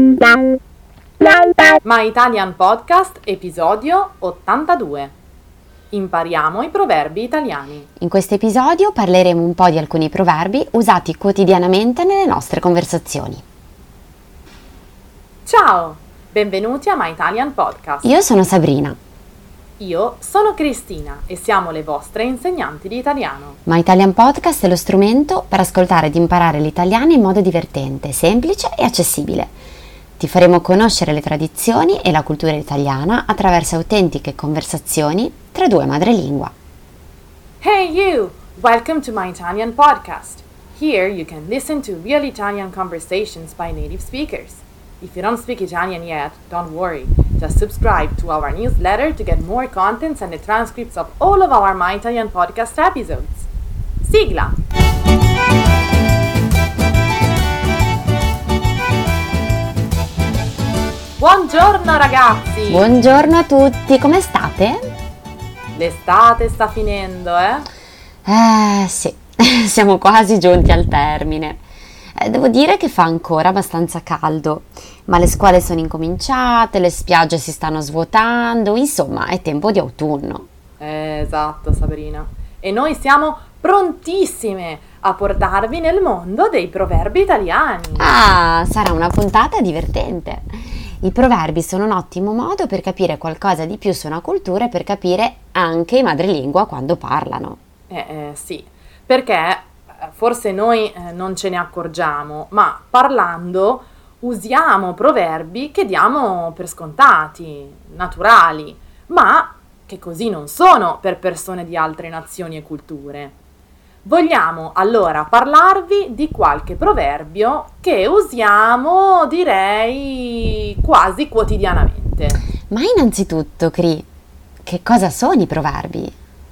My Italian Podcast, episodio 82. Impariamo i proverbi italiani. In questo episodio parleremo un po' di alcuni proverbi usati quotidianamente nelle nostre conversazioni. Ciao, benvenuti a My Italian Podcast. Io sono Sabrina. Io sono Cristina e siamo le vostre insegnanti di italiano. My Italian Podcast è lo strumento per ascoltare ed imparare l'italiano in modo divertente, semplice e accessibile. Ti faremo conoscere le tradizioni e la cultura italiana attraverso autentiche conversazioni tra due madrelingua. Hey you! Welcome to My Italian Podcast. Here you can listen to real Italian conversations by native speakers. If you don't speak Italian yet, don't worry. Just subscribe to our newsletter to get more contents and the transcripts of all of our My Italian Podcast episodes. Sigla! Buongiorno ragazzi! Buongiorno a tutti, come state? L'estate sta finendo, Sì, siamo quasi giunti al termine. Devo dire che fa ancora abbastanza caldo, ma le scuole sono incominciate, le spiagge si stanno svuotando, insomma è tempo di autunno. Esatto, Sabrina. E noi siamo prontissime a portarvi nel mondo dei proverbi italiani. Ah, sarà una puntata divertente. I proverbi sono un ottimo modo per capire qualcosa di più su una cultura e per capire anche i madrelingua quando parlano. Sì, perché forse noi non ce ne accorgiamo, ma parlando usiamo proverbi che diamo per scontati, naturali, ma che così non sono per persone di altre nazioni e culture. Vogliamo allora parlarvi di qualche proverbio che usiamo, direi, quasi quotidianamente. Ma innanzitutto, Cri, che cosa sono i proverbi?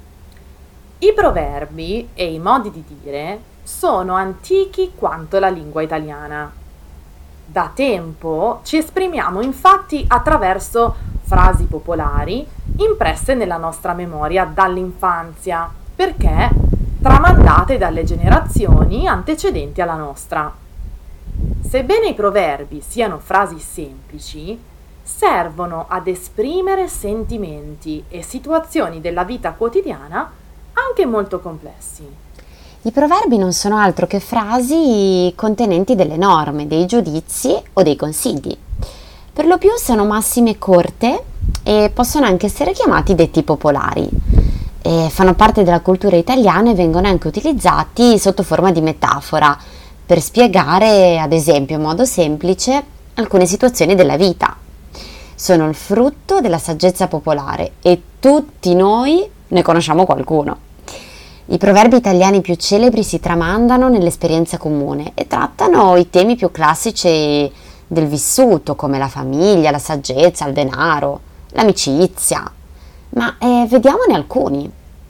I proverbi e i modi di dire sono antichi quanto la lingua italiana. Da tempo ci esprimiamo infatti attraverso frasi popolari impresse nella nostra memoria dall'infanzia, perché tramandate dalle generazioni antecedenti alla nostra. Sebbene i proverbi siano frasi semplici, servono ad esprimere sentimenti e situazioni della vita quotidiana anche molto complessi. I proverbi non sono altro che frasi contenenti delle norme, dei giudizi o dei consigli. Per lo più sono massime corte e possono anche essere chiamati detti popolari. E fanno parte della cultura italiana e vengono anche utilizzati sotto forma di metafora per spiegare, ad esempio, in modo semplice alcune situazioni della vita. Sono il frutto della saggezza popolare e tutti noi ne conosciamo qualcuno. I proverbi italiani più celebri si tramandano nell'esperienza comune e trattano i temi più classici del vissuto, come la famiglia, la saggezza, il denaro, l'amicizia. Ma vediamone alcuni.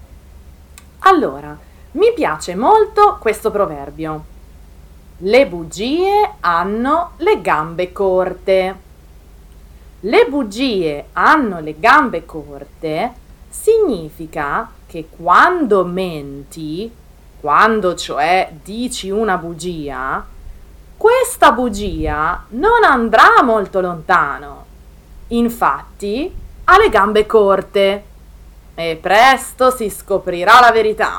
Allora, mi piace molto questo proverbio. Le bugie hanno le gambe corte. Le bugie hanno le gambe corte significa che quando menti, quando cioè dici una bugia, questa bugia non andrà molto lontano. Infatti, ha le gambe corte e presto si scoprirà la verità.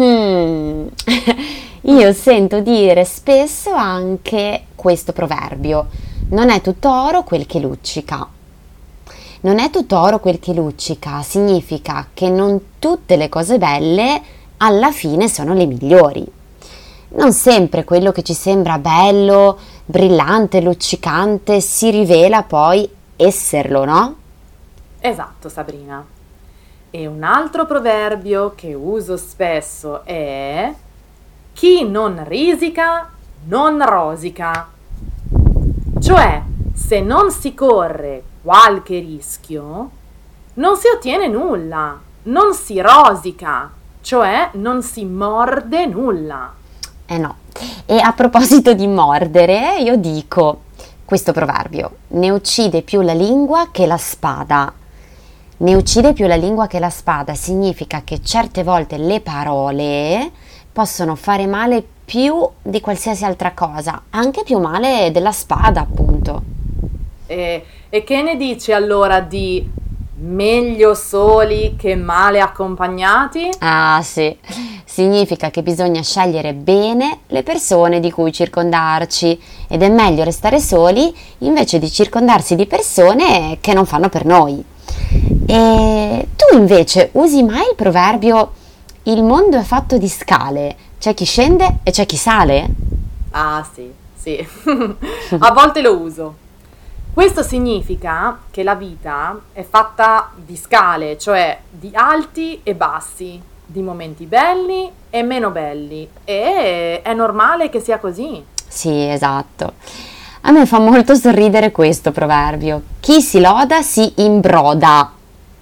Io sento dire spesso anche questo proverbio: non è tutto oro quel che luccica. Non è tutto oro quel che luccica significa che non tutte le cose belle alla fine sono le migliori. Non sempre quello che ci sembra bello, brillante, luccicante si rivela poi esserlo, no? Esatto, Sabrina. E un altro proverbio che uso spesso è: chi non risica non rosica. Cioè, se non si corre qualche rischio, non si ottiene nulla, non si rosica, cioè non si morde nulla. No. E a proposito di mordere, io dico questo proverbio: ne uccide più la lingua che la spada. Ne uccide più la lingua che la spada significa che certe volte le parole possono fare male più di qualsiasi altra cosa, anche più male della spada, appunto. E che ne dici allora di meglio soli che male accompagnati? Ah sì, significa che bisogna scegliere bene le persone di cui circondarci ed è meglio restare soli invece di circondarsi di persone che non fanno per noi. E tu invece usi mai il proverbio il mondo è fatto di scale, c'è chi scende e c'è chi sale? Ah sì, sì, a volte lo uso. Questo significa che la vita è fatta di scale, cioè di alti e bassi, di momenti belli e meno belli, e è normale che sia così. Sì, esatto. A me fa molto sorridere questo proverbio. Chi si loda si imbroda.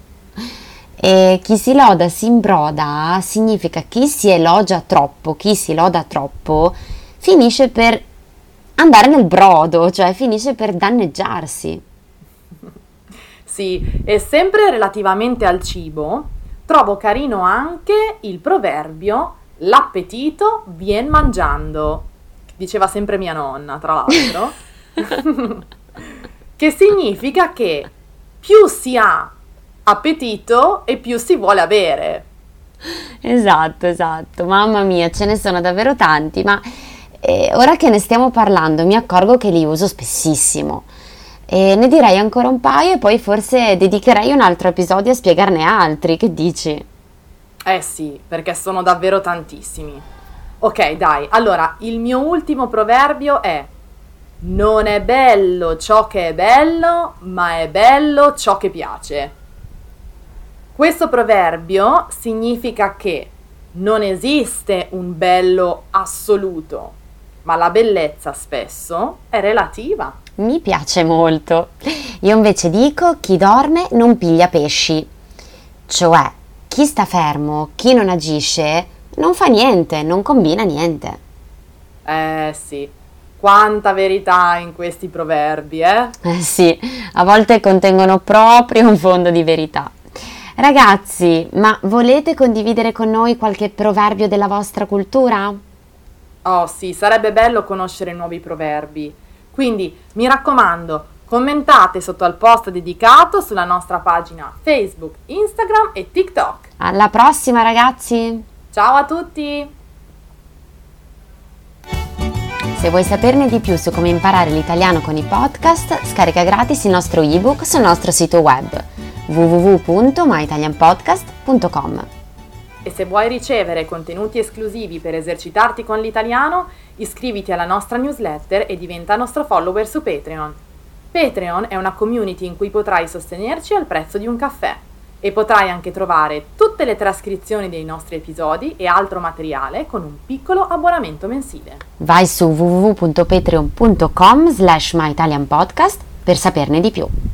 E chi si loda si imbroda significa chi si elogia troppo, chi si loda troppo, finisce per andare nel brodo, cioè finisce per danneggiarsi. Sì, e sempre relativamente al cibo, trovo carino anche il proverbio l'appetito vien mangiando, che diceva sempre mia nonna, tra l'altro, che significa che più si ha appetito e più si vuole avere. Esatto, esatto. Mamma mia, ce ne sono davvero tanti, ma ora che ne stiamo parlando mi accorgo che li uso spessissimo. E ne direi ancora un paio e poi forse dedicherei un altro episodio a spiegarne altri, che dici? Eh sì, perché sono davvero tantissimi. Ok, dai, allora il mio ultimo proverbio è: non è bello ciò che è bello, ma è bello ciò che piace. Questo proverbio significa che non esiste un bello assoluto, ma la bellezza spesso è relativa. Mi piace molto. Io invece dico chi dorme non piglia pesci, cioè chi sta fermo, chi non agisce, non fa niente, non combina niente. Sì, quanta verità in questi proverbi, eh? Sì, a volte contengono proprio un fondo di verità. Ragazzi, ma volete condividere con noi qualche proverbio della vostra cultura? Oh sì, sarebbe bello conoscere nuovi proverbi. Quindi mi raccomando, commentate sotto al post dedicato sulla nostra pagina Facebook, Instagram e TikTok. Alla prossima, ragazzi! Ciao a tutti! Se vuoi saperne di più su come imparare l'italiano con i podcast, scarica gratis il nostro ebook sul nostro sito web www.myitalianpodcast.com. E se vuoi ricevere contenuti esclusivi per esercitarti con l'italiano, iscriviti alla nostra newsletter e diventa nostro follower su Patreon. Patreon è una community in cui potrai sostenerci al prezzo di un caffè e potrai anche trovare tutte le trascrizioni dei nostri episodi e altro materiale con un piccolo abbonamento mensile. Vai su www.patreon.com/myitalianpodcast per saperne di più.